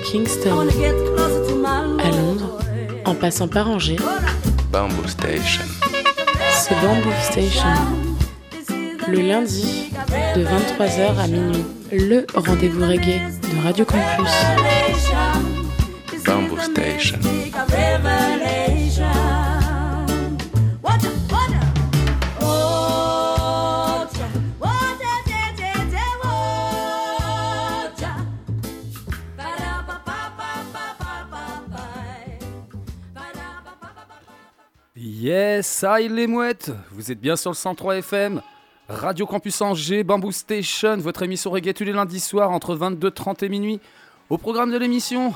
Kingston, à Londres, en passant par Angers, Bamboo Station. c'est Bamboo Station. Le lundi, de 23h à minuit, le rendez-vous reggae de Radio Campus. Bamboo Station. Yes, ça les mouettes, vous êtes bien sur le 103 FM, Radio Campus Angers, Bamboo Station, votre émission reggae tous les lundis soirs entre 22h30 et minuit. Au programme de l'émission,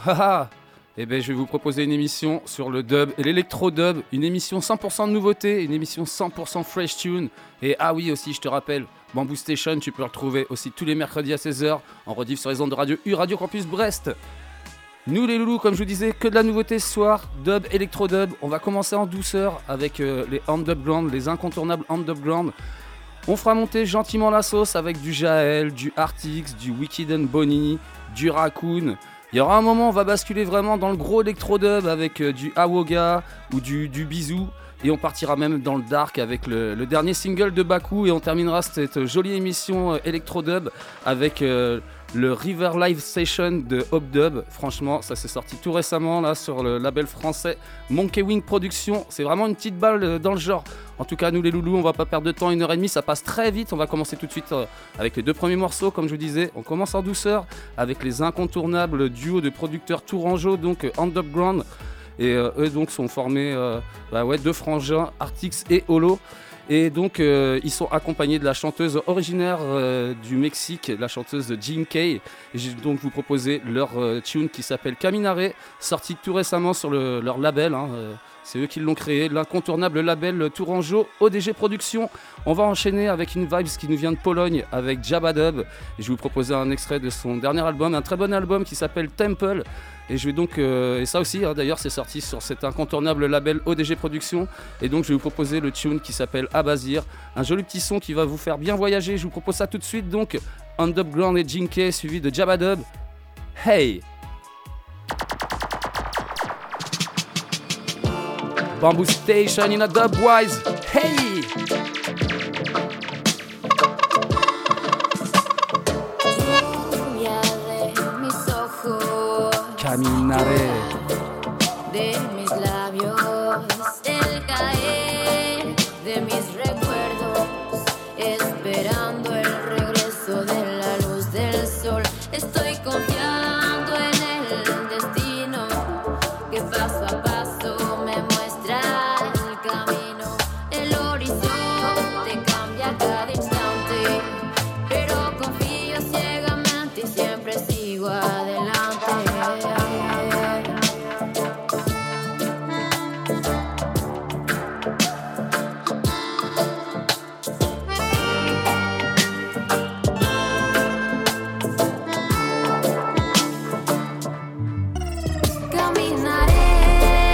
je vais vous proposer une émission sur le dub et l'électro-dub, une émission 100% de nouveautés, une émission 100% fresh tune. Et ah oui aussi, je te rappelle, Bamboo Station, tu peux le retrouver aussi tous les mercredis à 16h en rediff sur les ondes de Radio U, Radio Campus Brest. Nous les loulous, comme je vous disais, que de la nouveauté ce soir, dub, électro-dub. On va commencer en douceur avec les underground, les incontournables underground. On fera monter gentiment la sauce avec du Jaël, du Artix, du Wicked and Bonnie, du Raccoon. Il y aura un moment où on va basculer vraiment dans le gros électro-dub avec du Awoga ou du Bisou. Et on partira même dans le dark avec le dernier single de Baku. Et on terminera cette jolie émission électro-dub avec le River Live Session de Hopdub. Franchement, ça s'est sorti tout récemment là sur le label français Monkey Wing Productions. C'est vraiment une petite balle dans le genre. En tout cas, nous les loulous, on va pas perdre de temps, 1h30, ça passe très vite. On va commencer tout de suite avec les deux premiers morceaux, comme je vous disais. On commence en douceur avec les incontournables duos de producteurs tourangeaux, donc Underground. Et eux donc sont formés deux frangins, Artix et Holo. Et donc ils sont accompagnés de la chanteuse originaire du Mexique, la chanteuse Jean Kay. Et j'ai donc vous proposer leur tune qui s'appelle Caminare, sorti tout récemment sur leur label. C'est eux qui l'ont créé, l'incontournable label tourangeau ODG Productions. On va enchaîner avec une vibes qui nous vient de Pologne avec Jabadub. Et je vais vous proposer un extrait de son dernier album, un très bon album qui s'appelle Temple. Et je vais donc, et ça aussi d'ailleurs c'est sorti sur cet incontournable label ODG Productions. Et donc je vais vous proposer le tune qui s'appelle Abazir, un joli petit son qui va vous faire bien voyager. Je vous propose ça tout de suite, donc Underground et Jinke suivi de Jabadub. Hey! Bamboo Station in a Dubwise. Hey! Caminaré. De mis labios, el caer de mis recuerdos, esperando el regreso de la luz del sol. Estoy confiando en el destino que paso a paso me muestra el camino. El horizonte cambia cada instante, pero confío ciegamente y siempre sigo adelante. Caminaré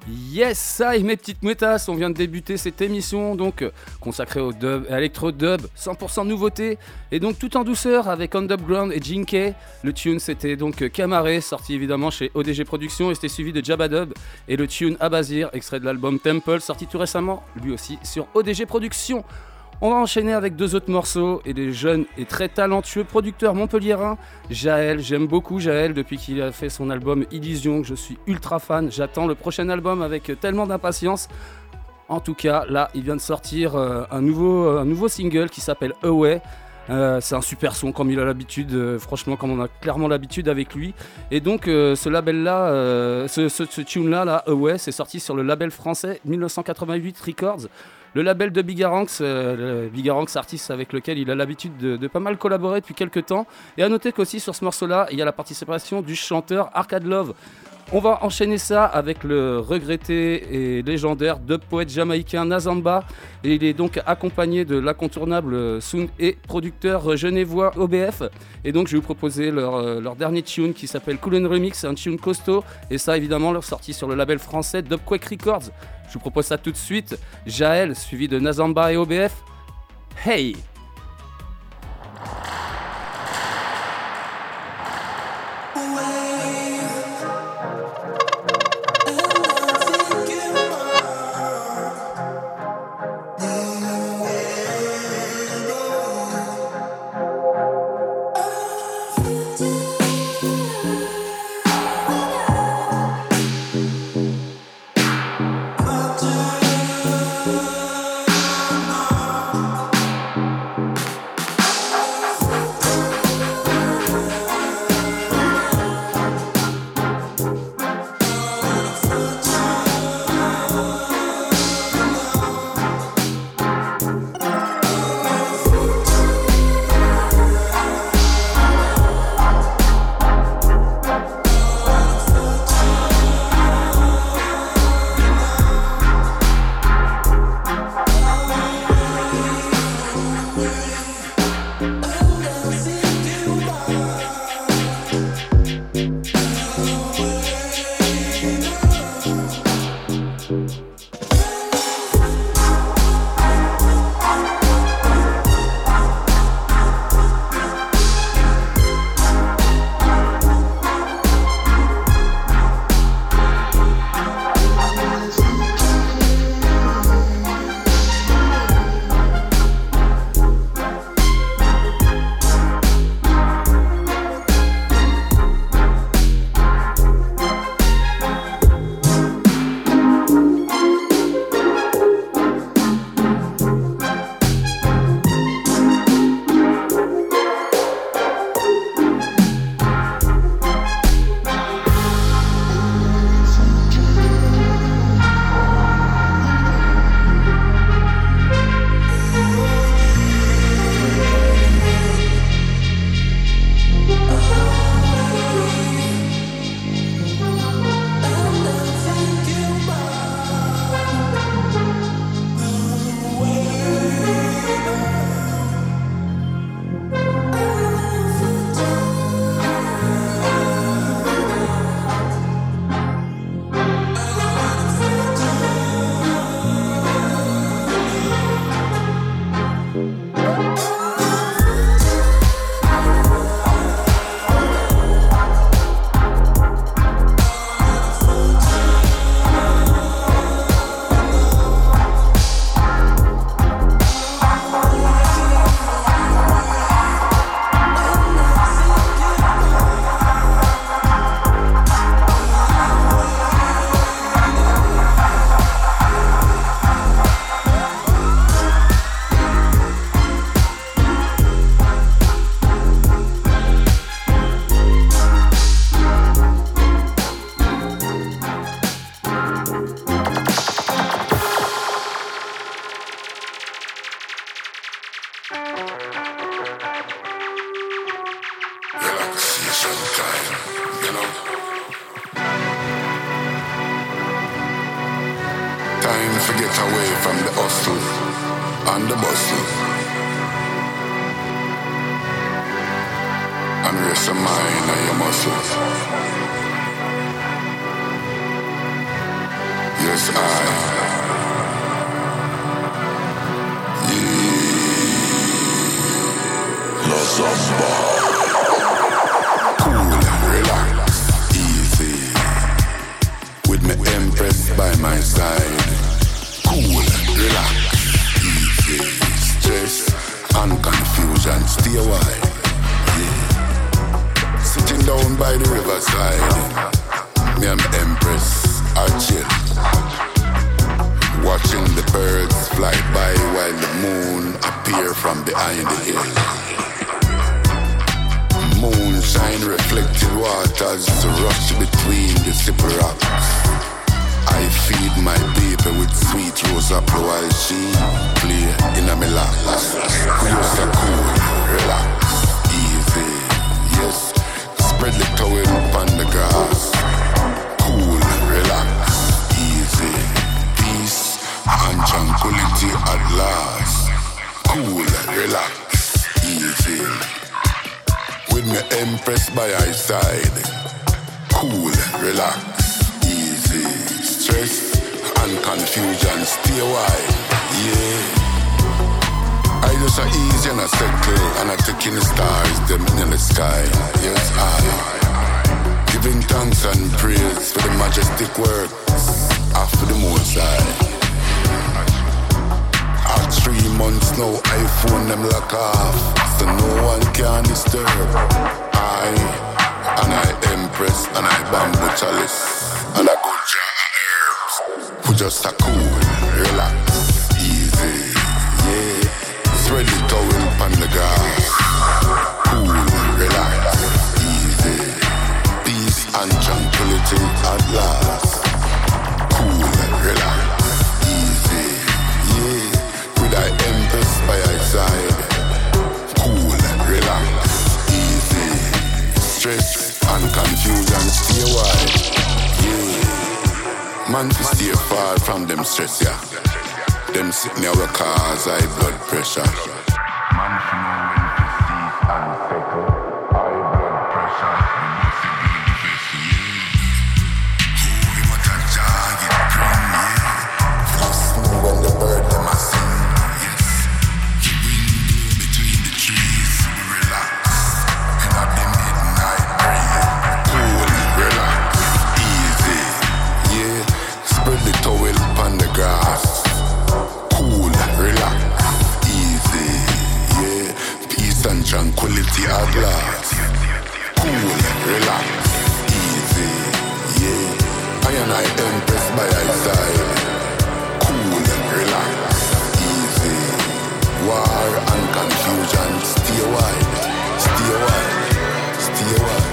Yes, ça et mes petites mouettasses, on vient de débuter cette émission donc consacrée au dub et à l'électro-dub, 100% nouveauté et donc tout en douceur avec Underground et Jinke. Le tune c'était donc Camaré, sorti évidemment chez ODG Productions et c'était suivi de Jabadub et le tune Abazir, extrait de l'album Temple, sorti tout récemment, lui aussi sur ODG Productions. On va enchaîner avec deux autres morceaux et des jeunes et très talentueux producteurs montpelliérains. Jaël, j'aime beaucoup Jaël depuis qu'il a fait son album Illusion, que je suis ultra fan. J'attends le prochain album avec tellement d'impatience. En tout cas, là, il vient de sortir un nouveau single qui s'appelle Away. C'est un super son comme il a l'habitude, franchement comme on a clairement l'habitude avec lui. Et donc ce label-là, ce tune-là, Away, c'est sorti sur le label français 1988 Records. Le label de Bigaranx, artiste avec lequel il a l'habitude de pas mal collaborer depuis quelques temps. Et à noter qu'aussi sur ce morceau-là, il y a la participation du chanteur Arcade Love. On va enchaîner ça avec le regretté et légendaire dub poète jamaïcain Nazamba. Et il est donc accompagné de l'incontournable sound et producteur genevois OBF. Et donc je vais vous proposer leur dernier tune qui s'appelle Cool & Remix, un tune costaud. Et ça évidemment leur sortie sur le label français Dubquake Records. Je vous propose ça tout de suite. Jaël suivi de Nazamba et OBF. Hey! Time to get away from the hustle and the bustle, and rest your mind and your muscles. Yes, I. Cool, relax, easy. With me empress by my side. Cool, relax, easy. Stress and confusion, stay wide. Yeah. Sitting down by the riverside. Me and my empress are chill. Watching the birds fly by while the moon appear from behind the hill. Moonshine reflected waters rush between the simple rocks. I feed my baby with sweet rose apple while she play in a me lap. We are so cool, relax, easy, yes. Spread the towel upon the grass. Cool, relax, easy. Peace and tranquility at last. Cool, relax, easy. With me empress by her side. Cool, relax, easy. Stress and confusion, stay wide, yeah. I just a easy and a settle, and I take in the stars, them in the sky. Yes, I giving thanks and praise for the majestic works after the Most High. At 3 months now, iPhone them lock off, so no one can disturb. I empress, and I bamboo chalice, and I go jar of herbs. We just a cool, relax, easy, yeah. Spread the towel upon the grass. Cool, relax, easy. Peace and tranquility at last. Cool, relax, easy, yeah. With our empress by our side. Cool, relax, easy. Stress and confusion stay wide, yeah. Man to stay far from them stress, yeah. Them sickness will cause high blood pressure. Man to know when to cease and settle. High blood pressure, you must be invest, yeah. Holy what a jog it bring, yeah. Listening when the bird them a sing, yes. The wind blow between the trees, we relax. And at the midnight breeze. Cool, relax, easy, yeah. Spread the towel upon the grass. Cool, relax, easy, yeah. Peace and tranquility at last. Cool, relax, easy, yeah. I empress by her side. Cool, relax, easy. War and confusion, stay wide, stay wide, stay wide.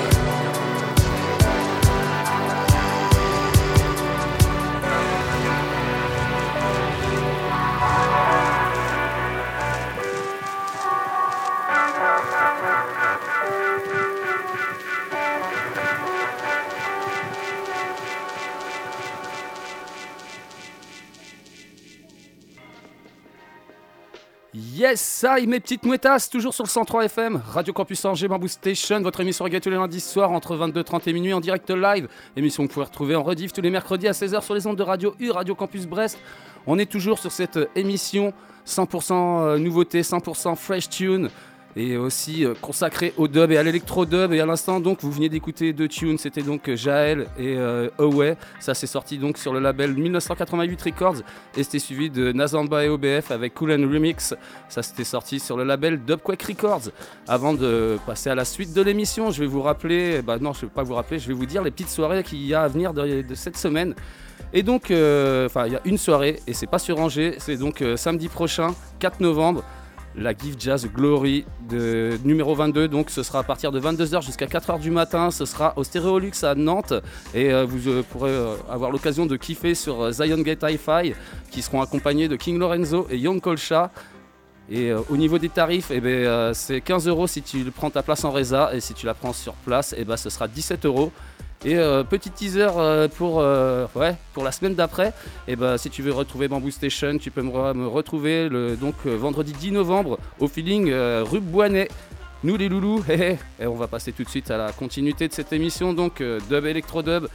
Yes, ça, mes petites mouettasses, toujours sur le 103 FM, Radio Campus Angers, Bamboo Station, votre émission reggae tous les lundis soirs entre 22h30 et minuit en direct live. Émission que vous pouvez retrouver en rediff tous les mercredis à 16h sur les ondes de Radio U, Radio Campus Brest. On est toujours sur cette émission 100% nouveauté, 100% fresh tune. Et aussi consacré au dub et à l'électro-dub. Et à l'instant, donc, vous venez d'écouter deux tunes. C'était donc Jaël et Away. Ça, c'est sorti donc sur le label 1988 Records. Et c'était suivi de Nazamba et OBF avec Cool and Remix. Ça, c'était sorti sur le label Dubquake Records. Avant de passer à la suite de l'émission, je vais vous rappeler... non, je ne vais pas vous rappeler. Je vais vous dire les petites soirées qu'il y a à venir de cette semaine. Et donc, il y a une soirée. Et c'est pas sur Angers. C'est donc samedi prochain, 4 novembre. La Give Jazz Glory de numéro 22, donc ce sera à partir de 22h jusqu'à 4h du matin, ce sera au Stéréolux à Nantes et vous pourrez avoir l'occasion de kiffer sur Zion Gate Hi-Fi qui seront accompagnés de King Lorenzo et Young Kolcha. Et au niveau des tarifs, c'est 15€ si tu prends ta place en résa et si tu la prends sur place, ce sera 17€. Et petit teaser pour la semaine d'après, si tu veux retrouver Bamboo Station, tu peux me retrouver vendredi 10 novembre au feeling rue Boinet. Nous les loulous, et on va passer tout de suite à la continuité de cette émission, donc dub électro-dub.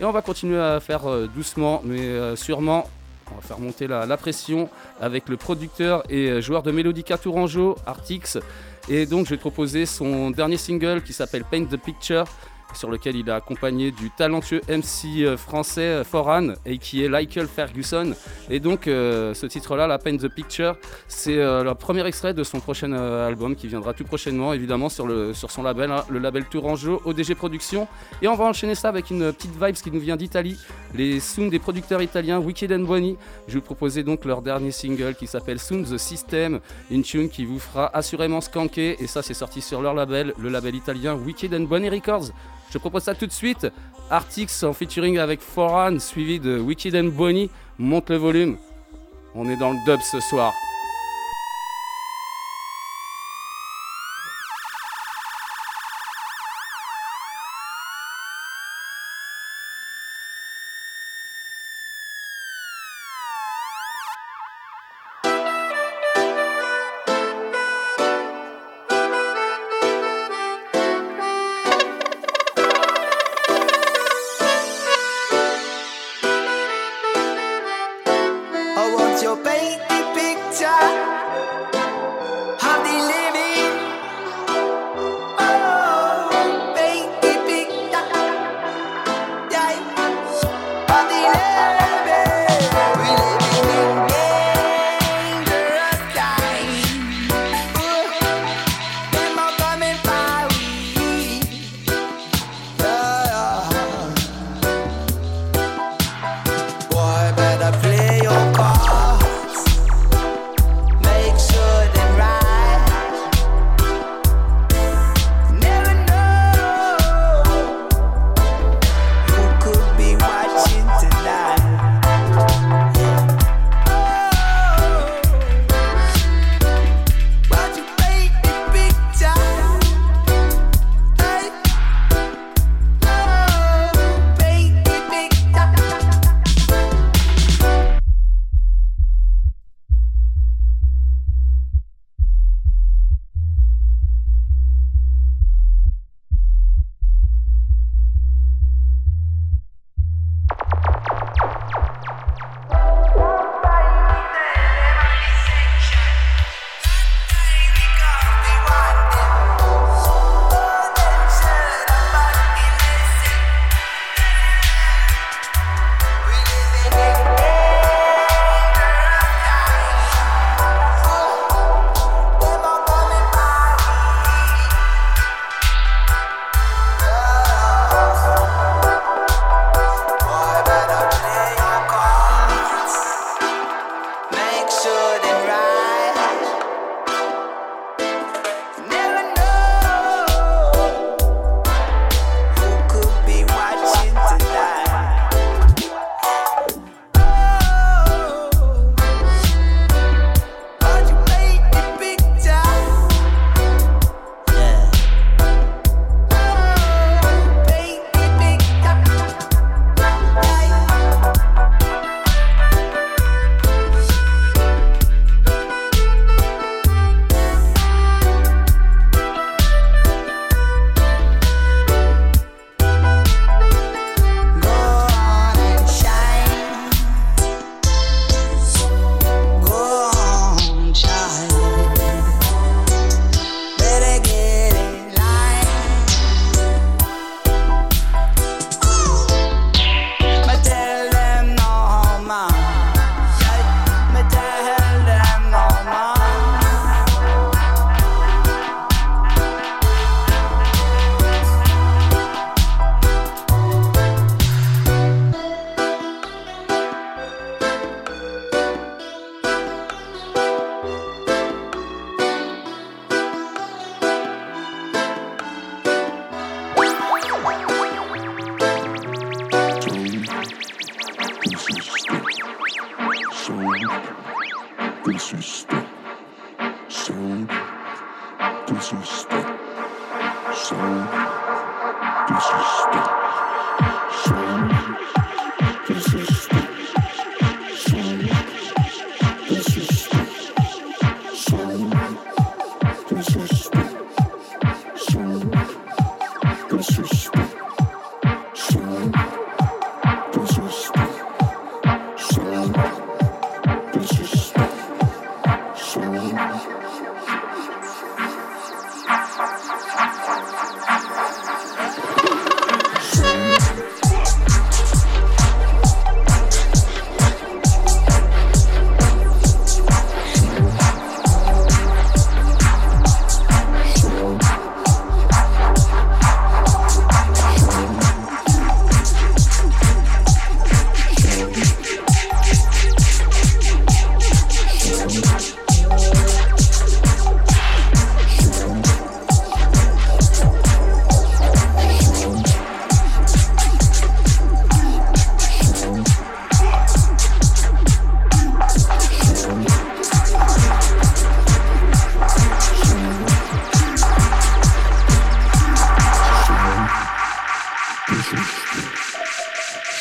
Et on va continuer à faire doucement mais sûrement. On va faire monter la pression avec le producteur et joueur de Mélodica Tourangeau, Artix. Et donc je vais te proposer son dernier single qui s'appelle Paint the Picture, sur lequel il est accompagné du talentueux MC français Foran et qui est Michael Ferguson. Et donc ce titre-là, la Paint the Picture, c'est le premier extrait de son prochain album qui viendra tout prochainement, évidemment sur son label, hein, le label Tourangeau, ODG Productions. Et on va enchaîner ça avec une petite vibes qui nous vient d'Italie, les Soon des producteurs italiens Wicked and Bonny. Je vais vous proposer donc leur dernier single qui s'appelle Soon the System, une tune qui vous fera assurément skanker, et ça c'est sorti sur leur label, le label italien Wicked and Bonny Records. Je propose ça tout de suite, Artix en featuring avec Foran, suivi de Wicked and Bonny. Monte le volume, on est dans le dub ce soir.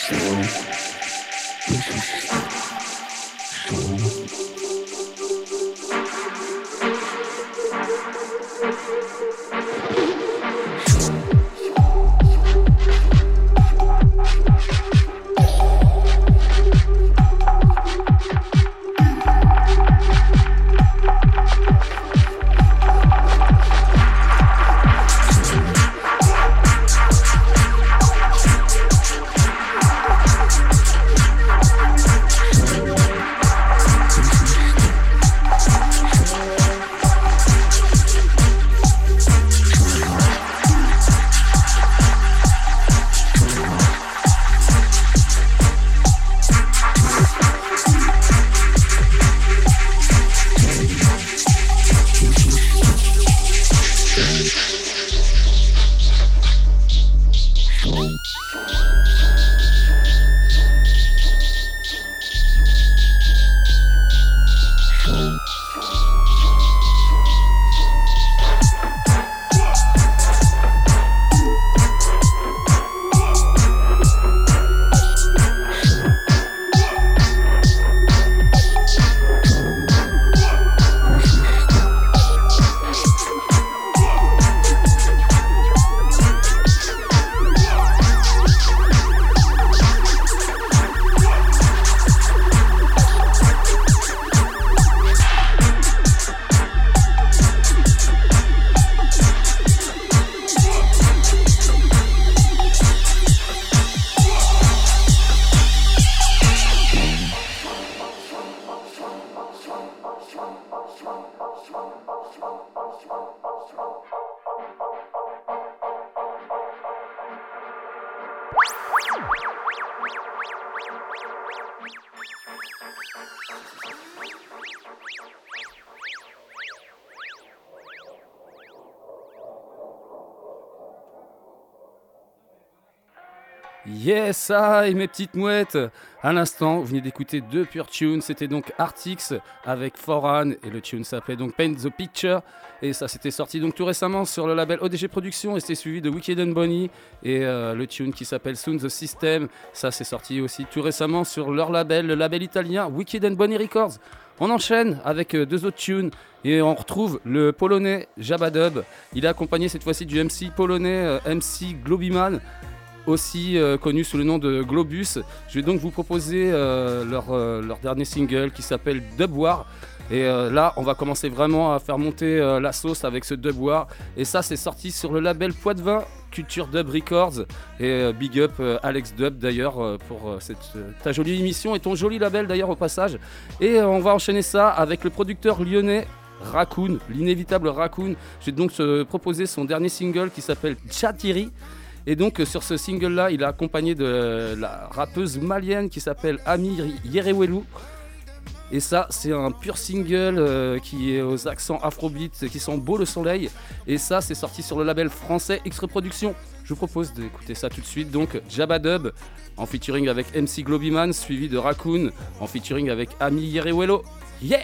Yes, et mes petites mouettes. À l'instant, vous venez d'écouter deux pure tunes. C'était donc Artix avec Foran et le tune s'appelait donc Paint the Picture. Et ça, c'était sorti donc tout récemment sur le label ODG Productions et c'était suivi de Wicked and Bonny et le tune qui s'appelle Soon the System. Ça, c'est sorti aussi tout récemment sur leur label, le label italien Wicked and Bonny Records. On enchaîne avec deux autres tunes et on retrouve le polonais Jabadub. Il est accompagné cette fois-ci du MC polonais MC Globiman, aussi connu sous le nom de Globus. Je vais donc vous proposer leur dernier single qui s'appelle Dub War. Et là, on va commencer vraiment à faire monter la sauce avec ce Dub War. Et ça, c'est sorti sur le label Poitvin Culture Dub Records. Et big up Alex Dub d'ailleurs pour ta jolie émission et ton joli label d'ailleurs au passage. Et on va enchaîner ça avec le producteur lyonnais Raccoon, l'inévitable Raccoon. Je vais donc te proposer son dernier single qui s'appelle Chatiri. Et donc sur ce single-là, il est accompagné de la rappeuse malienne qui s'appelle Ami Yerewelu. Et ça, c'est un pur single qui est aux accents afrobeat, qui sent beau le soleil. Et ça, c'est sorti sur le label français X Reproduction. Je vous propose d'écouter ça tout de suite. Donc Jabadub en featuring avec MC Globiman, suivi de Raccoon en featuring avec Ami Yerewelu. Yeah!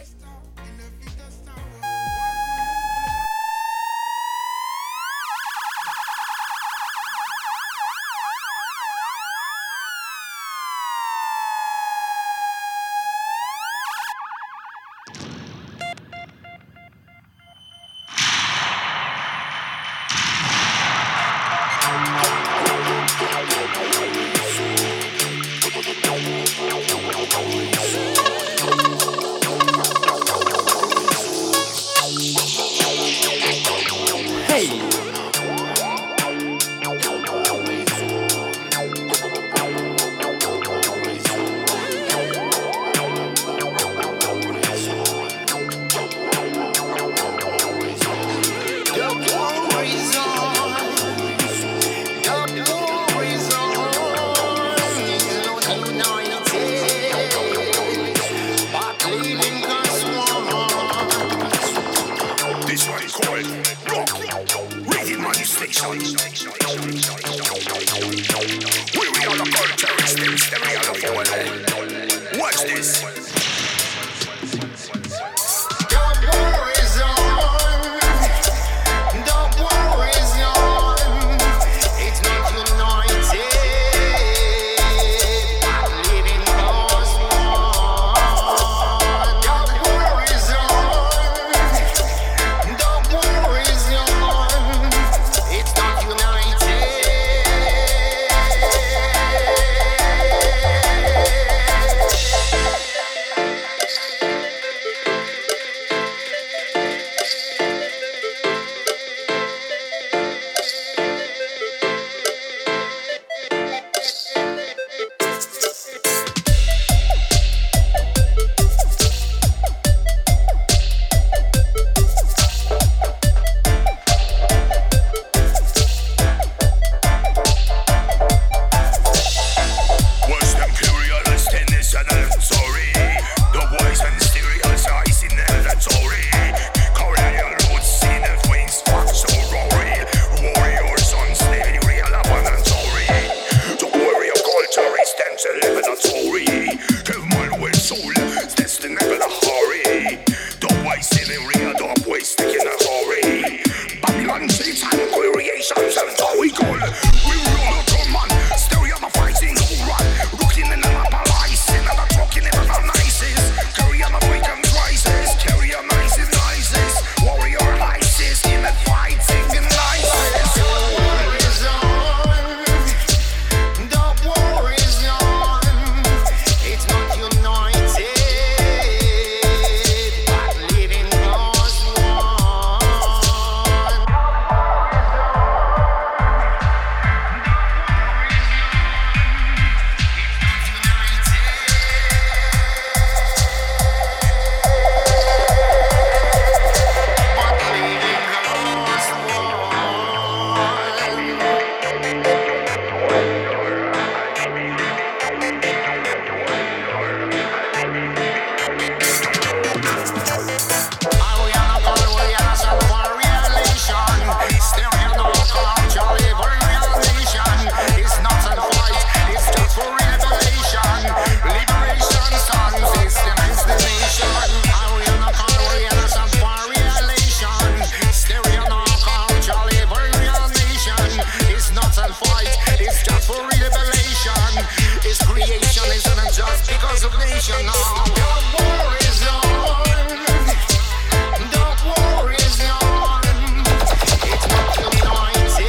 nation, they shouldn't just because of nation. No, the war is on. The war is on. It's not united,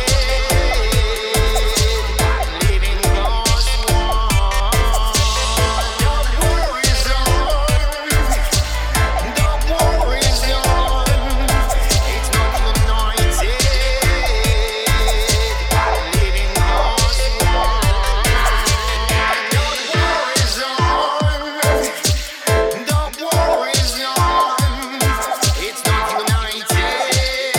living God's war. The war is on. The war is on. It's not united, living God's war. The war is on. The war is on. It's not united.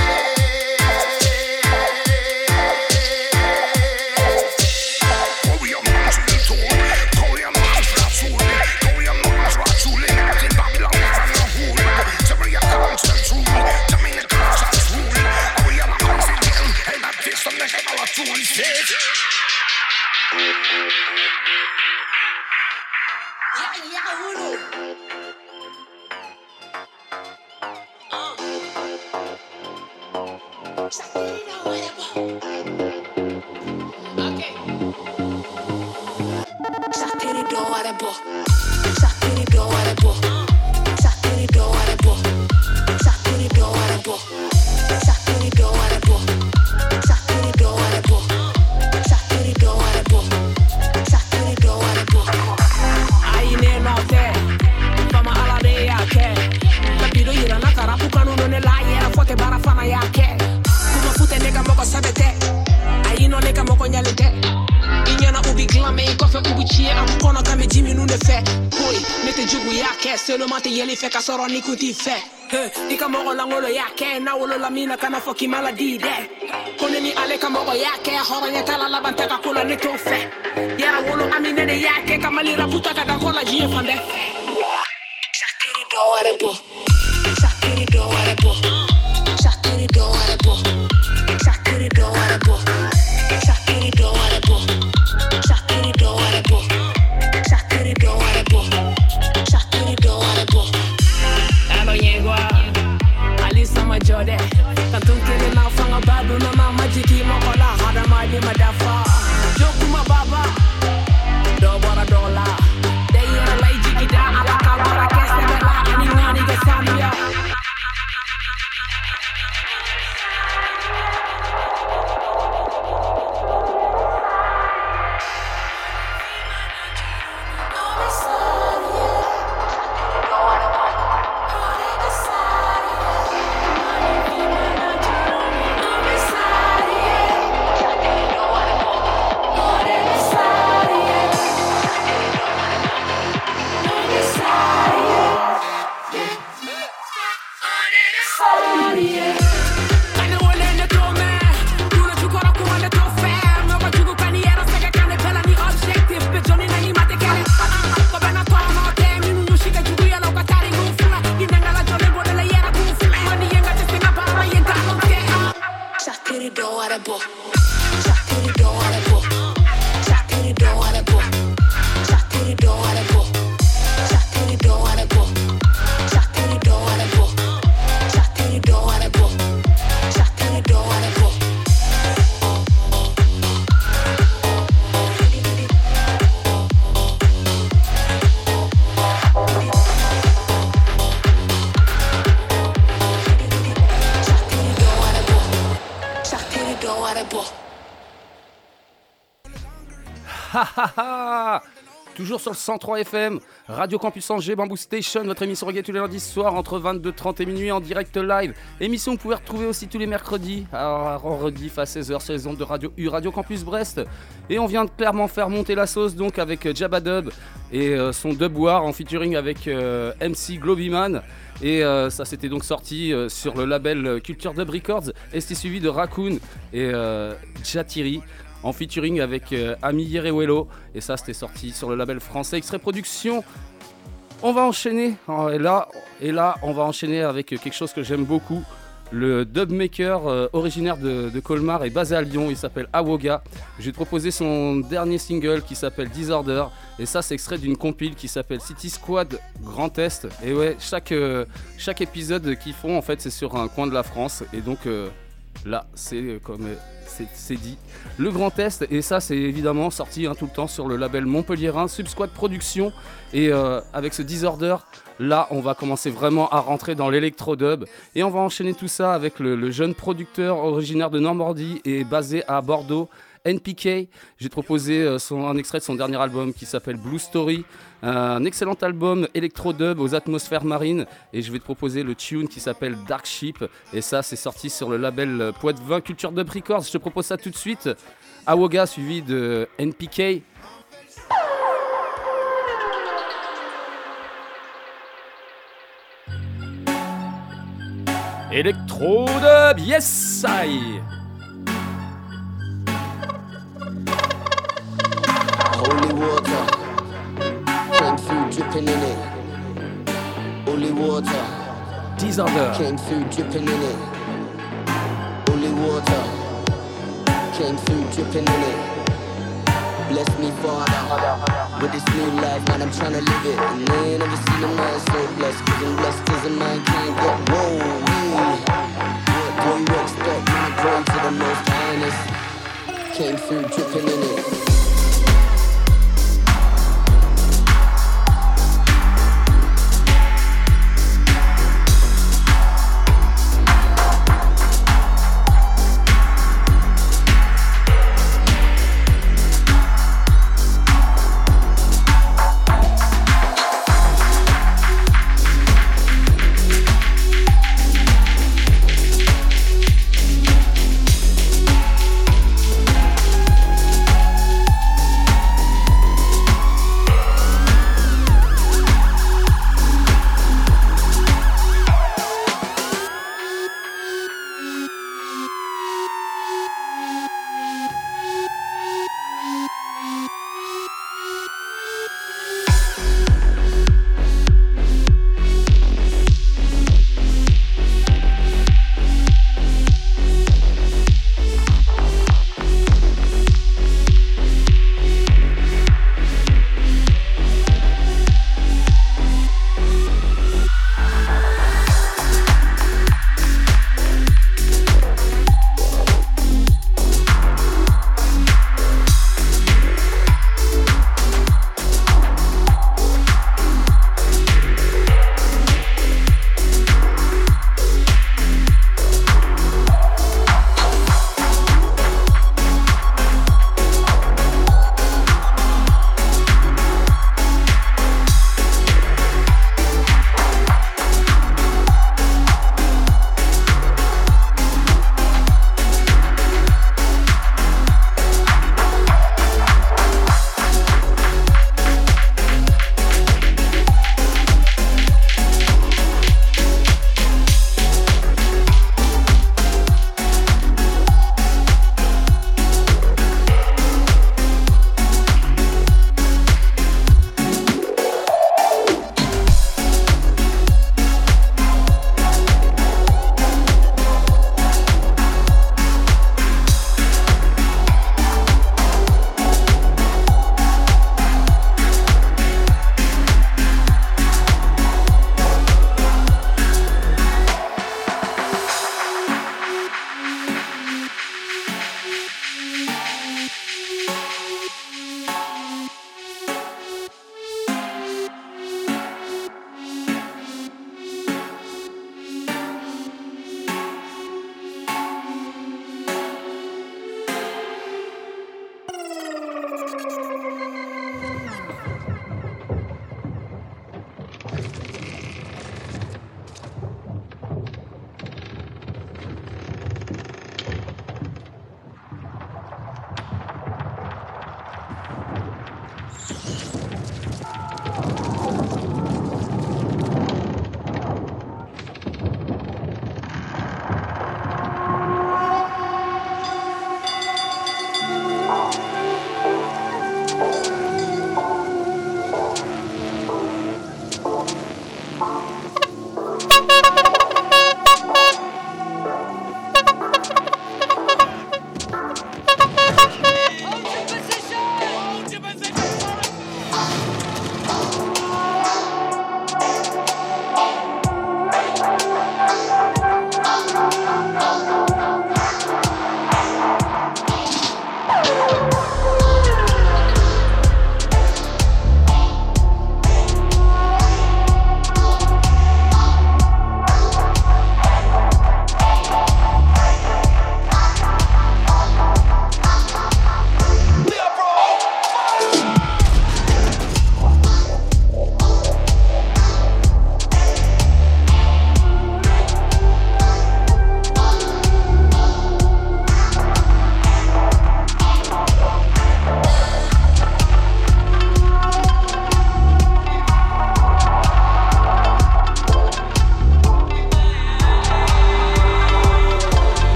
Seulement te yeli fait kasoro ni kuti fait ika mogo langolo yake na wolo la mina kana foki maladie de koneni ale ka mogo yake horo nyetala la bantaka kula ne to fait yara wolo amine de yake kamali raputa ka dangola jie fande shakiri do arebo shakiri do arebo shakiri do arebo shakiri do arebo shakiri do arebo shakiri do arebo shakiri do arebo Alo yengwa Alisa majode Kantun kele na fanga badu na na majiki mokola hada mali madafa Jokuma baba Dobora dola Deyera lai jikida alaka bara kese bela Ani ngani ke samia Toujours sur le 103 FM, Radio Campus Angers, Bamboo Station, votre émission reggae tous les lundis soirs entre 22h30 et minuit en direct live. Émission que vous pouvez retrouver aussi tous les mercredis, en rediff à 16h sur les ondes de Radio U, Radio Campus Brest. Et on vient de clairement faire monter la sauce donc avec Jabba Dub et son Dub War en featuring avec MC Globyman. Et ça s'était donc sorti sur le label Culture Dub Records. Et c'était suivi de Raccoon et Jatiri en featuring avec Ami Yerewelo. Et ça c'était sorti sur le label français Extrait Production. On va enchaîner, et là on va enchaîner avec quelque chose que j'aime beaucoup. Le dubmaker originaire de Colmar est basé à Lyon, il s'appelle Awoga. Je vais te proposer son dernier single qui s'appelle Disorder. Et ça c'est extrait d'une compile qui s'appelle City Squad Grand Est. Et ouais, chaque épisode qu'ils font en fait c'est sur un coin de la France. Et donc Là, c'est comme c'est dit. Le Grand Est, et ça c'est évidemment sorti tout le temps sur le label montpelliérain Subsquad Productions. Et avec ce Disorder, là on va commencer vraiment à rentrer dans l'électro-dub. Et on va enchaîner tout ça avec le jeune producteur originaire de Normandie et basé à Bordeaux, NPK. J'ai proposé un extrait de son dernier album qui s'appelle Blue Story. Un excellent album électro-dub aux atmosphères marines. Et je vais te proposer le tune qui s'appelle Dark Ship. Et ça, c'est sorti sur le label Poitvin Culture Dub Records. Je te propose ça tout de suite. Awoga suivi de NPK. Electro-dub, yes I. Holy water came through dripping in it. Holy water Disorder came through dripping in it. Holy water came through dripping in it. Bless me, Father, with this new life, man, I'm tryna live it. And I ain't never seen a man so blessed, 'cause I'm blessed as a man can't get. Whoa, what do you expect? Man, I pray to the most highness. Came through dripping in it.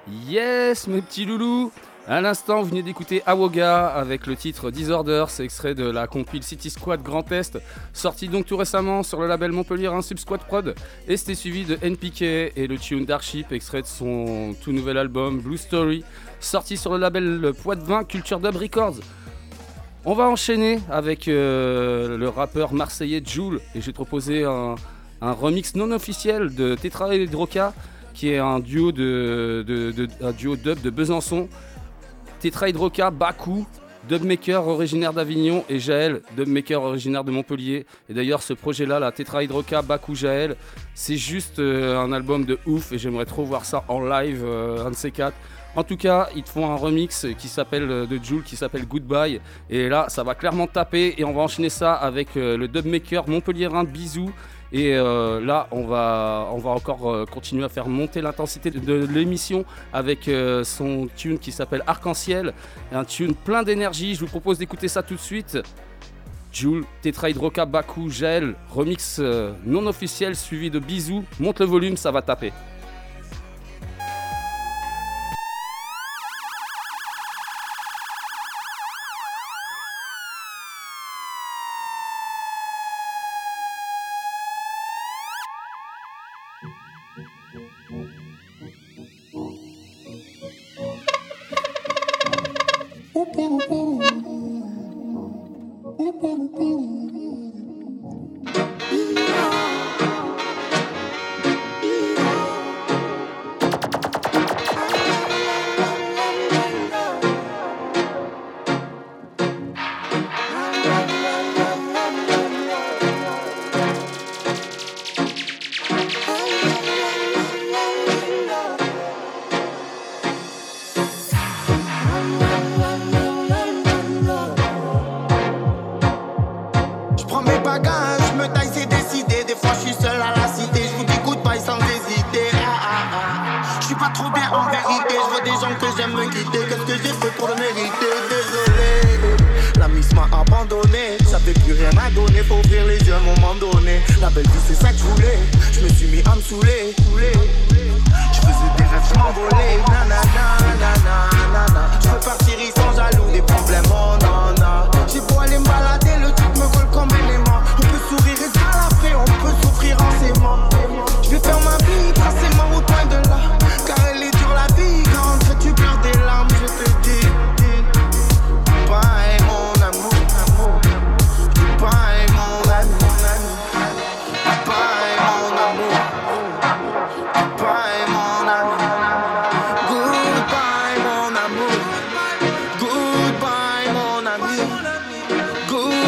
Yes, mes petits loulous. À l'instant, vous venez d'écouter Awoga avec le titre Disorder, c'est extrait de la compile City Squad Grand Est, sorti donc tout récemment sur le label Montpellier Sub Squad Prod, et c'était suivi de NPK et le tune Darkship, extrait de son tout nouvel album Blue Story, sorti sur le label Poitvin Culture Dub Records. On va enchaîner avec le rappeur marseillais Jul, et j'ai proposé un remix non officiel de Tetra et Droka, qui est un duo un duo dub de Besançon. Tetra Hydroca, Bakou, dubmaker originaire d'Avignon, et Jaël, dubmaker originaire de Montpellier. Et d'ailleurs, ce projet-là, la Tetra Hydroca, Bakou, Jaël, c'est juste un album de ouf, et j'aimerais trop voir ça en live, un de ces quatre. En tout cas, ils te font un remix qui s'appelle de Jul, qui s'appelle Goodbye. Et là, ça va clairement taper, et on va enchaîner ça avec le dubmaker montpelliérain Bisou. Et là, on va encore continuer à faire monter l'intensité de l'émission avec son tune qui s'appelle Arc-en-Ciel, un tune plein d'énergie. Je vous propose d'écouter ça tout de suite. Jul, Tetra Hydroca, Bakou, Jaël, remix non officiel suivi de Bisous. Monte le volume, ça va taper. Goodbye,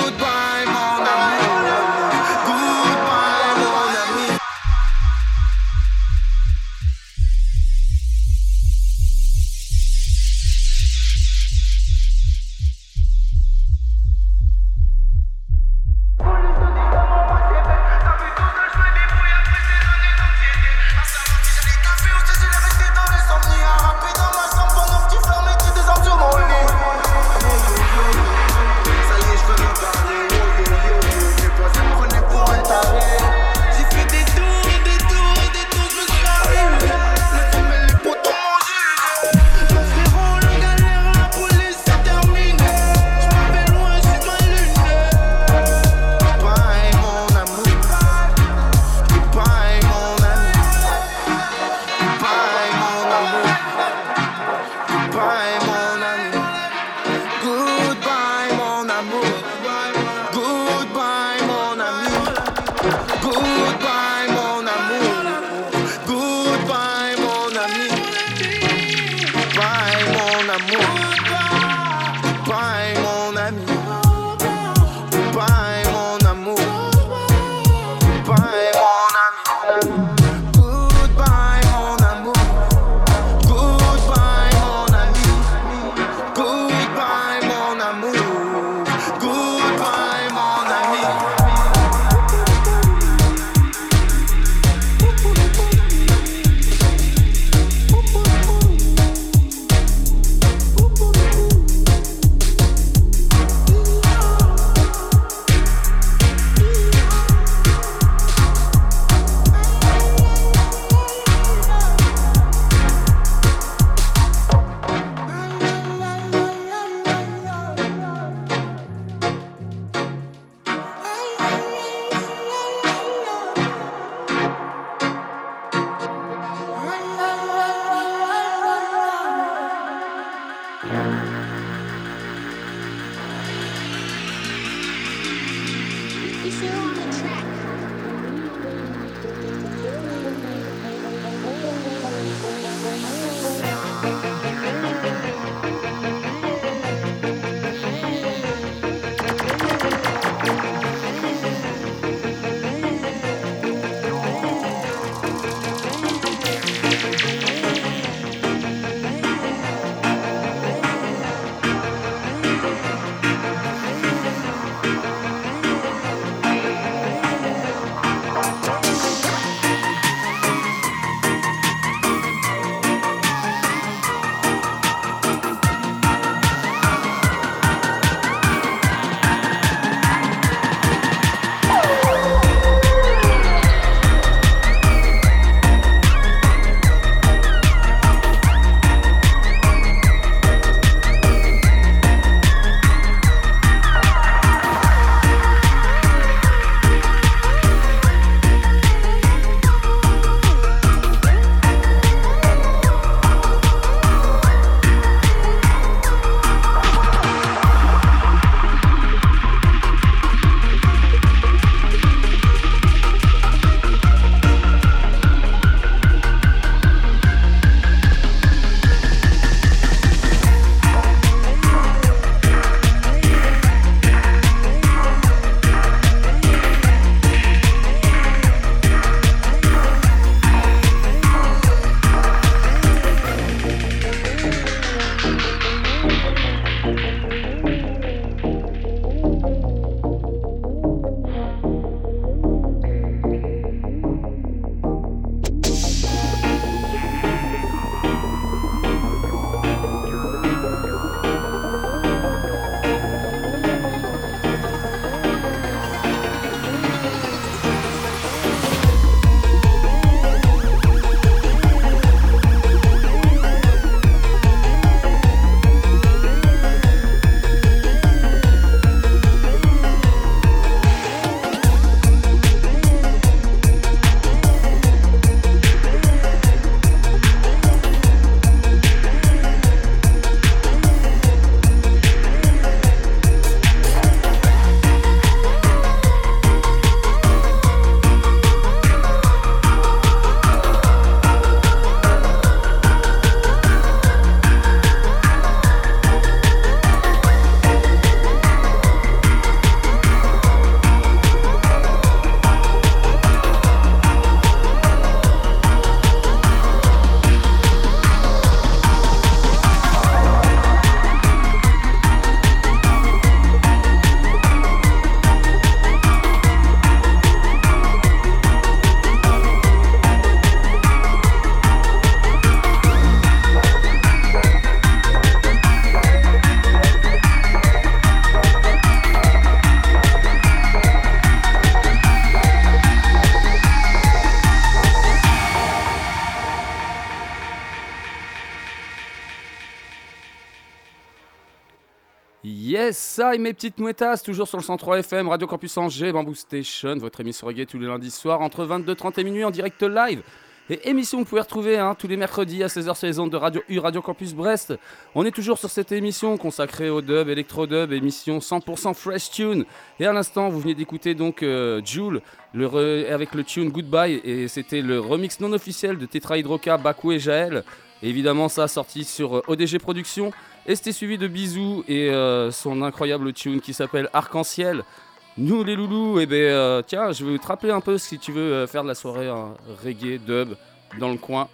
Yes, ça et mes petites mouettas, toujours sur le 103 FM, Radio Campus Angers, Bamboo Station, votre émission reggae tous les lundis soirs entre 22h30 et minuit en direct live. Et émission que vous pouvez retrouver tous les mercredis à 16h sur les ondes de Radio U, Radio Campus Brest. On est toujours sur cette émission consacrée au dub, électro-dub, émission 100% fresh tune. Et à l'instant, vous venez d'écouter donc Jul avec le tune Goodbye. Et c'était le remix non officiel de Tetrahydroka, Bakou et Jaël. Et évidemment, ça a sorti sur ODG Productions. Et c'était suivi de Bisou et son incroyable tune qui s'appelle Arc-en-Ciel. Nous les loulous, tiens, je vais te rappeler un peu si tu veux faire de la soirée reggae, dub dans le coin.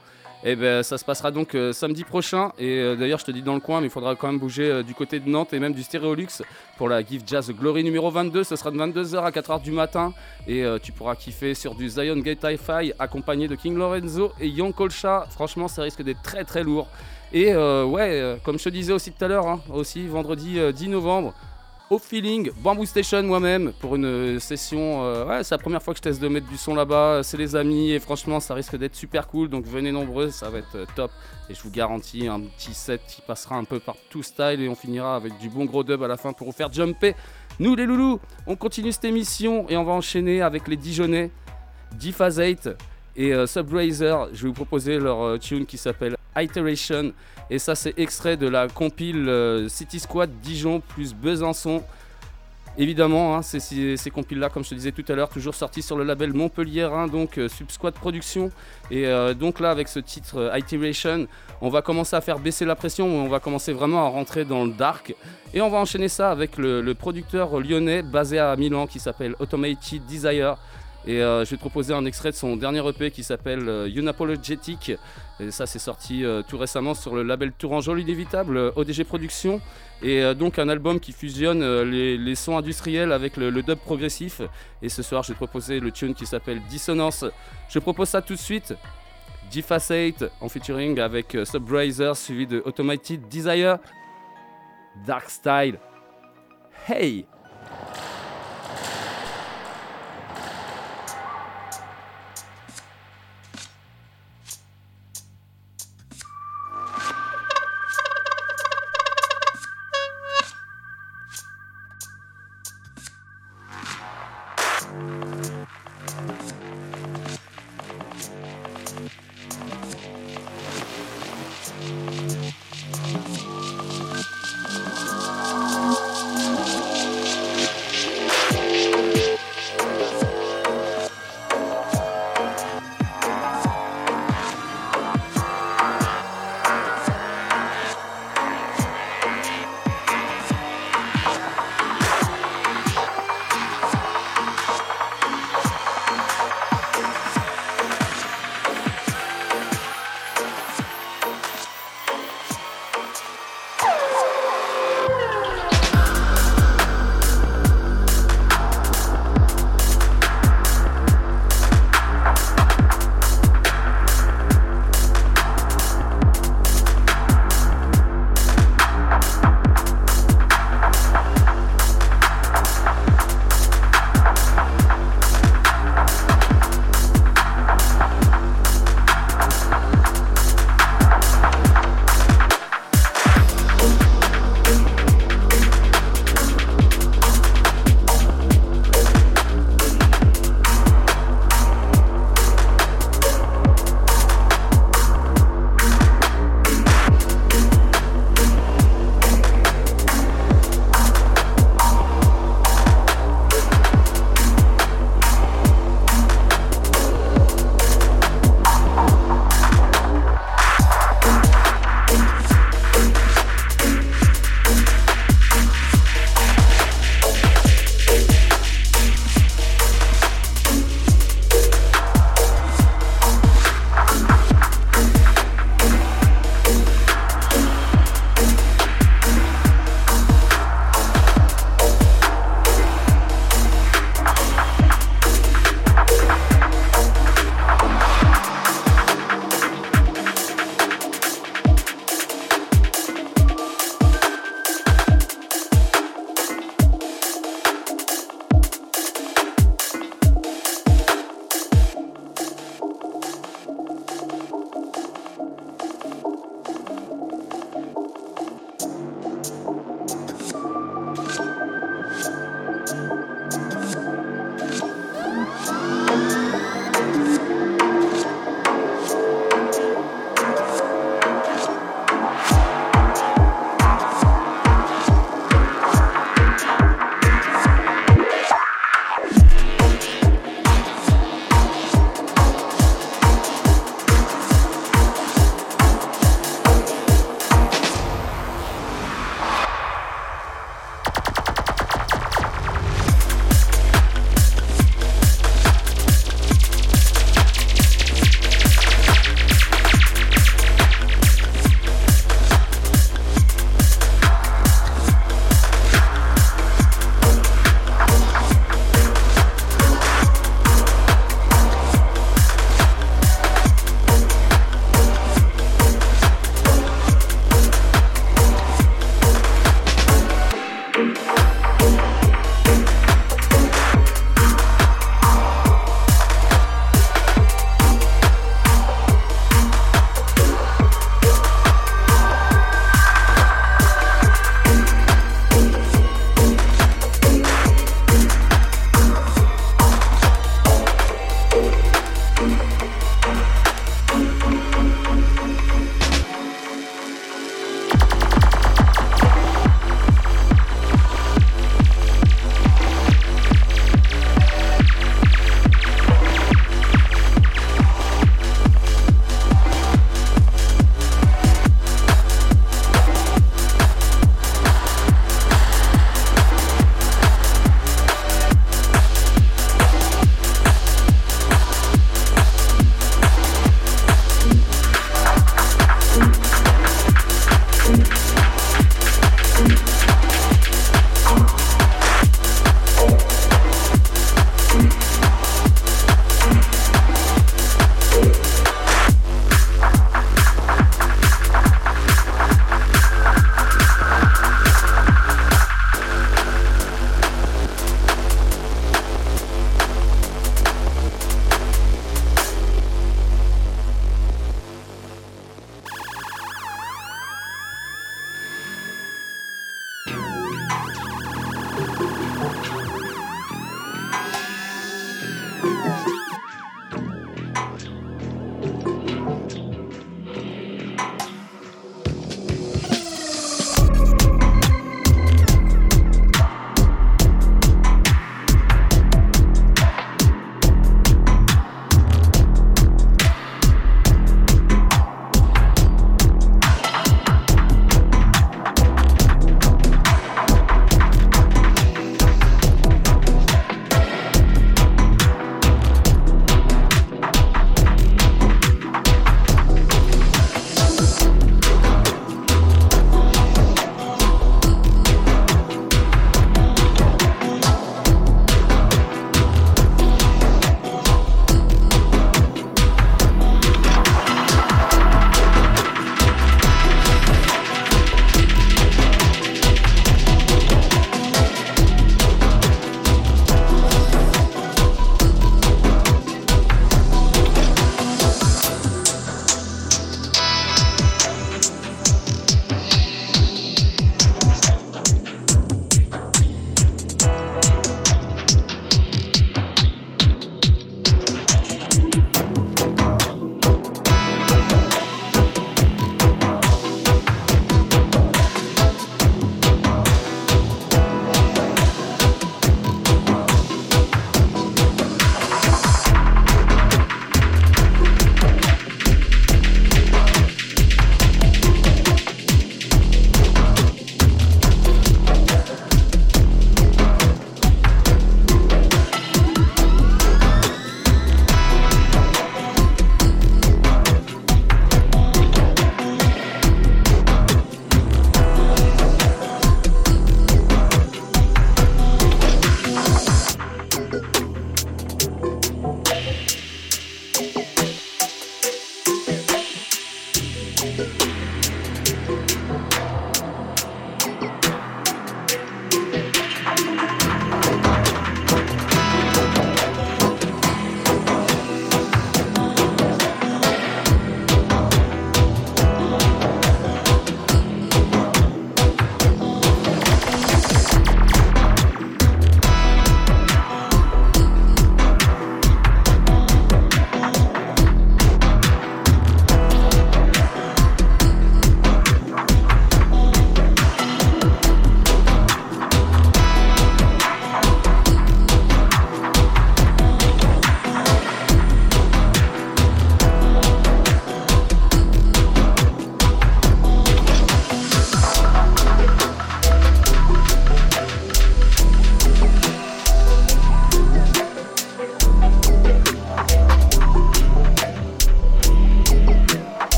Ça se passera donc samedi prochain. Et d'ailleurs, je te dis dans le coin, mais il faudra quand même bouger du côté de Nantes et même du Stéréolux pour la Give Jazz Glory numéro 22. Ce sera de 22h à 4h du matin. Et tu pourras kiffer sur du Zion Gate Hi-Fi accompagné de King Lorenzo et Young Kolcha. Franchement, ça risque d'être très très lourd. Et comme je te disais aussi tout à l'heure, aussi vendredi 10 novembre, au feeling, Bamboo Station moi-même, pour une session, c'est la première fois que je teste de mettre du son là-bas, c'est les amis, et franchement ça risque d'être super cool, donc venez nombreux, ça va être top, et je vous garantis un petit set qui passera un peu par tout style, et on finira avec du bon gros dub à la fin pour vous faire jumper. Nous les loulous, on continue cette émission, et on va enchaîner avec les Dijonais, D-Phase 8 et Subrazer. Je vais vous proposer leur tune qui s'appelle Iteration, et ça c'est extrait de la compile City Squad Dijon plus Besançon. Évidemment, hein, ces compiles-là, comme je te disais tout à l'heure, toujours sortis sur le label montpelliérain, donc Subsquad Productions. Et donc là, avec ce titre Iteration, on va commencer à faire baisser la pression, on va commencer vraiment à rentrer dans le dark. Et on va enchaîner ça avec le producteur lyonnais basé à Milan qui s'appelle Automated Desire. Et je vais te proposer un extrait de son dernier EP qui s'appelle Unapologetic. Et ça, c'est sorti tout récemment sur le label Tourangeau Inévitable, ODG Productions. Et donc un album qui fusionne les sons industriels avec le dub progressif. Et ce soir, je vais te proposer le tune qui s'appelle Dissonance. Je propose ça tout de suite. G-Facade en featuring avec Subrazer, suivi de Automated Desire. Dark Style. Hey!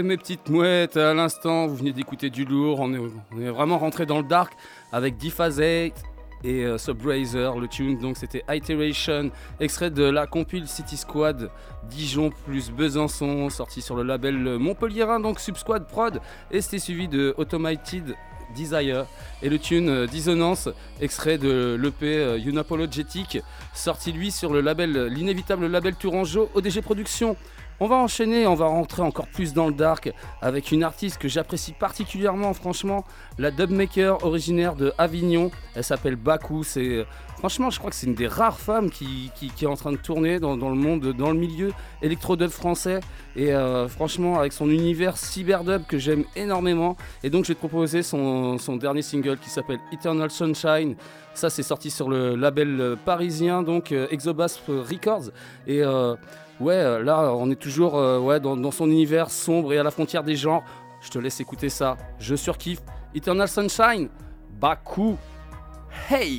mes petites mouettes, à l'instant, vous venez d'écouter du lourd. On est vraiment rentré dans le dark avec Diphasate et Subrazer. Le tune, donc, c'était Iteration, extrait de la compile City Squad, Dijon plus Besançon, sorti sur le label montpelliérain, donc Subsquad Prod. Et c'était suivi de Automated Desire et le tune Dissonance, extrait de l'EP Unapologetic, sorti lui sur le label, l'inévitable label Tourangeau, ODG Productions. On va enchaîner, on va rentrer encore plus dans le dark avec une artiste que j'apprécie particulièrement, franchement, la dubmaker originaire de Avignon. Elle s'appelle Baku. Franchement, je crois que c'est une des rares femmes qui est en train de tourner dans le monde, dans le milieu électro-dub français. Et franchement, avec son univers cyberdub que j'aime énormément. Et donc, je vais te proposer son dernier single qui s'appelle Eternal Sunshine. Ça, c'est sorti sur le label parisien, donc Exobasp Records. Et là, on est toujours dans son univers sombre et à la frontière des genres. Je te laisse écouter ça. Je surkiffe. Eternal Sunshine, Baku. Hey!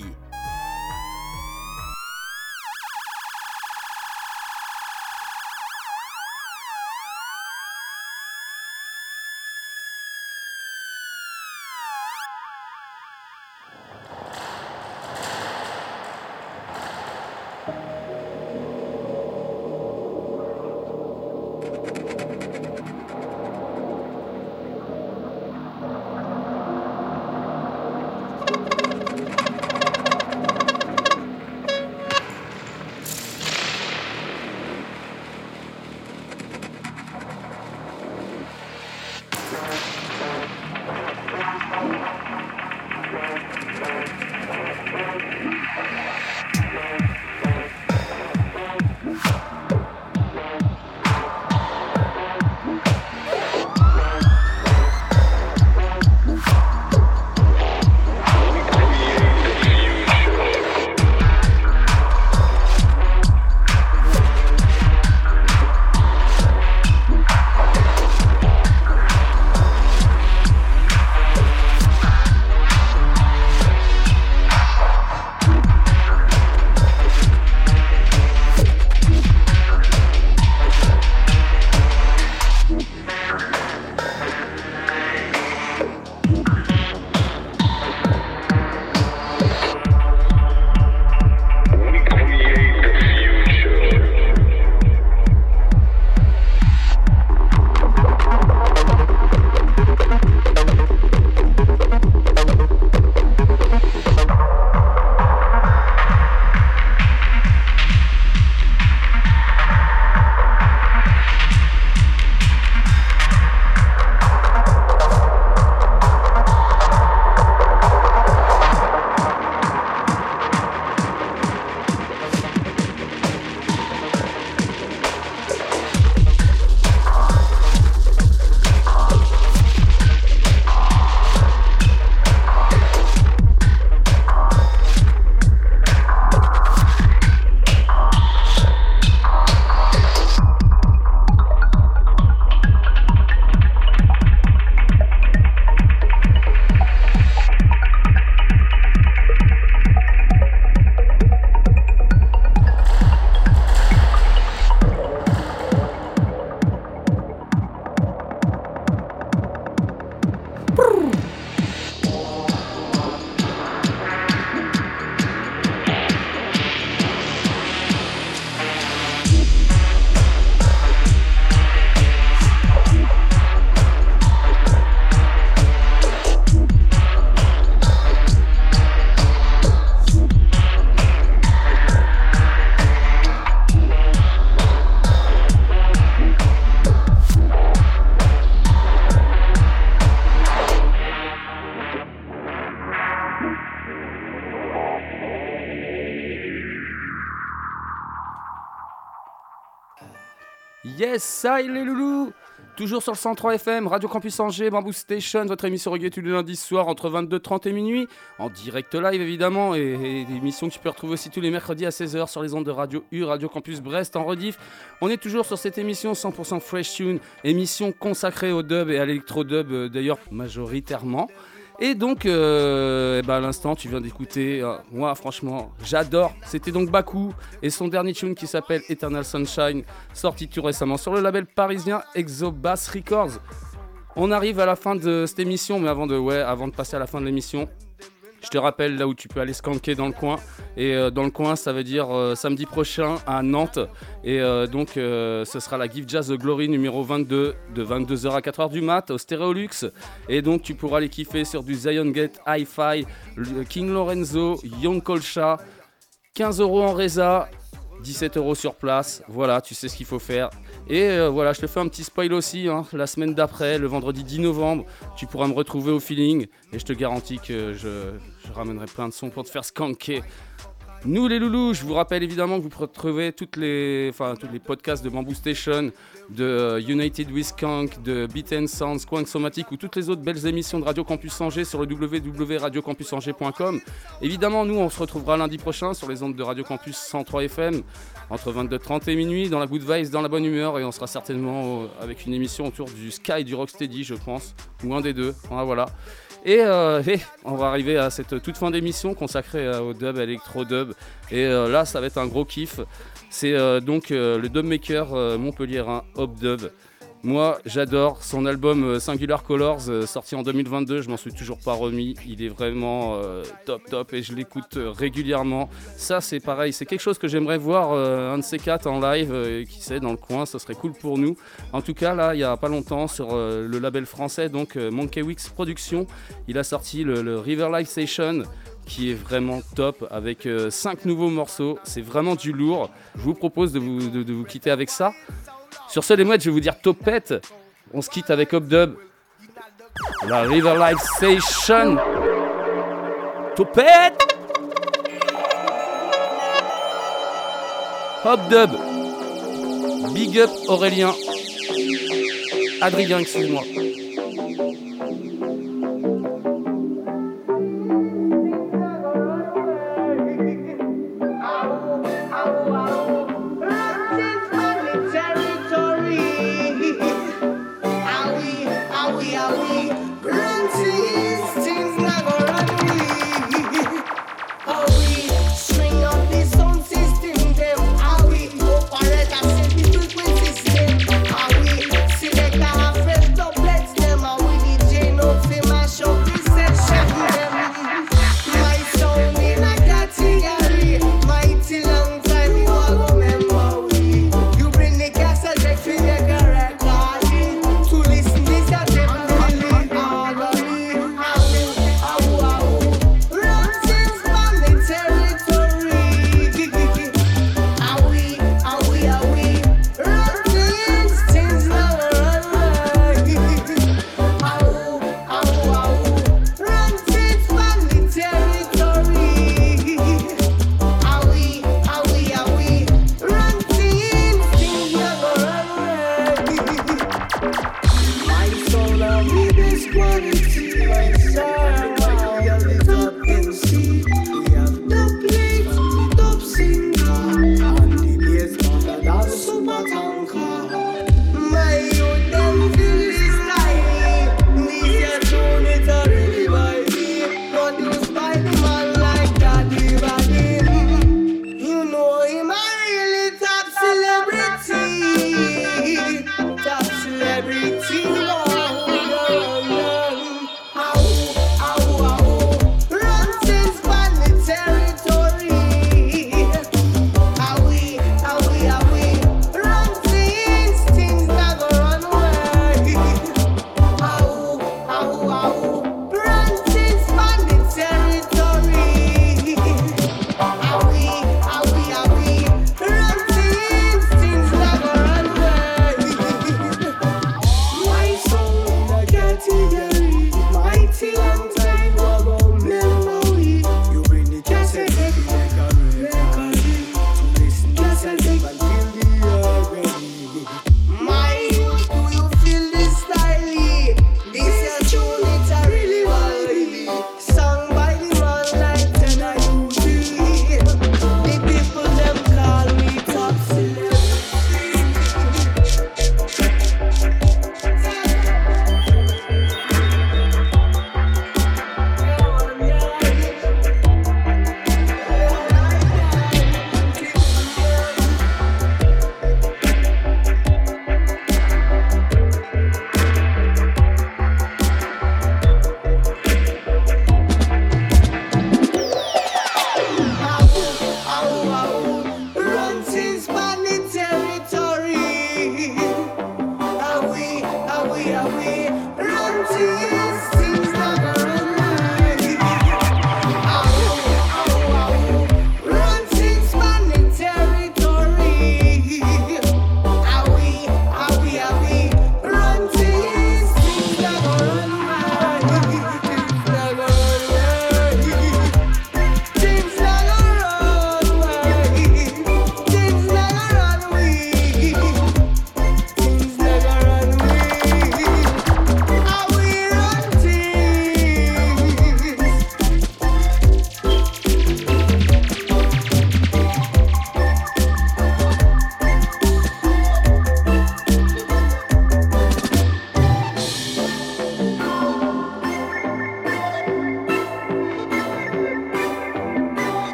Yes, ça il est loulou. Toujours sur le 103 FM, Radio Campus Angers, Bamboo Station, votre émission reggae tous les lundis soirs entre 22h30 et minuit, en direct live évidemment, et des émissions que tu peux retrouver aussi tous les mercredis à 16h sur les ondes de Radio U, Radio Campus Brest en rediff. On est toujours sur cette émission 100% Fresh Tune, émission consacrée au dub et à l'électro-dub d'ailleurs majoritairement. Et donc, à l'instant, tu viens d'écouter, moi franchement, j'adore. C'était donc Baku et son dernier tune qui s'appelle Eternal Sunshine, sorti tout récemment sur le label parisien Exobass Records. On arrive à la fin de cette émission, mais avant de passer à la fin de l'émission, je te rappelle là où tu peux aller skanker dans le coin. Et dans le coin, ça veut dire samedi prochain à Nantes. Et donc, ce sera la Give Jazz The Glory numéro 22 de 22h à 4h du mat au Stéréolux. Et donc, tu pourras les kiffer sur du Zion Gate Hi-Fi, King Lorenzo, Young Colcha, 15€ en Reza, 17€ sur place. Voilà, tu sais ce qu'il faut faire. Et voilà, je te fais un petit spoil aussi, la semaine d'après, le vendredi 10 novembre, tu pourras me retrouver au feeling et je te garantis que je ramènerai plein de sons pour te faire skanker. Nous les loulous, je vous rappelle évidemment que vous pouvez retrouver tous les podcasts de Bamboo Station, de United with Skank, de Beat and Sound, Squank Somatic ou toutes les autres belles émissions de Radio Campus Angers sur le www.radiocampusangers.com. Évidemment, nous on se retrouvera lundi prochain sur les ondes de Radio Campus 103 FM entre 22h30 et minuit dans la good vibes, dans la bonne humeur, et on sera certainement avec une émission autour du Sky et du Rocksteady, je pense, ou un des deux. Voilà. Et on va arriver à cette toute fin d'émission consacrée au dub, électro-dub. Et là, ça va être un gros kiff. C'est donc le dubmaker montpelliérain Hopdub. Moi, j'adore son album Singular Colors, sorti en 2022. Je m'en suis toujours pas remis. Il est vraiment top et je l'écoute régulièrement. Ça, c'est pareil. C'est quelque chose que j'aimerais voir un de ces quatre en live. Qui sait, dans le coin, ça serait cool pour nous. En tout cas, là, il y a pas longtemps, sur le label français, donc Monkey Wix Productions, il a sorti le River Life Session, qui est vraiment top, avec 5 nouveaux morceaux. C'est vraiment du lourd. Je vous propose de vous quitter avec ça. Sur ce, les mouettes, je vais vous dire topette. On se quitte avec Hopdub. La River Life Session. Topette. Hopdub. Big up Aurélien. Adrien, excuse-moi.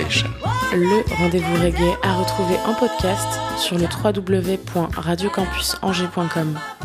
Station. Le rendez-vous reggae à retrouver en podcast sur le www.radiocampusangers.com.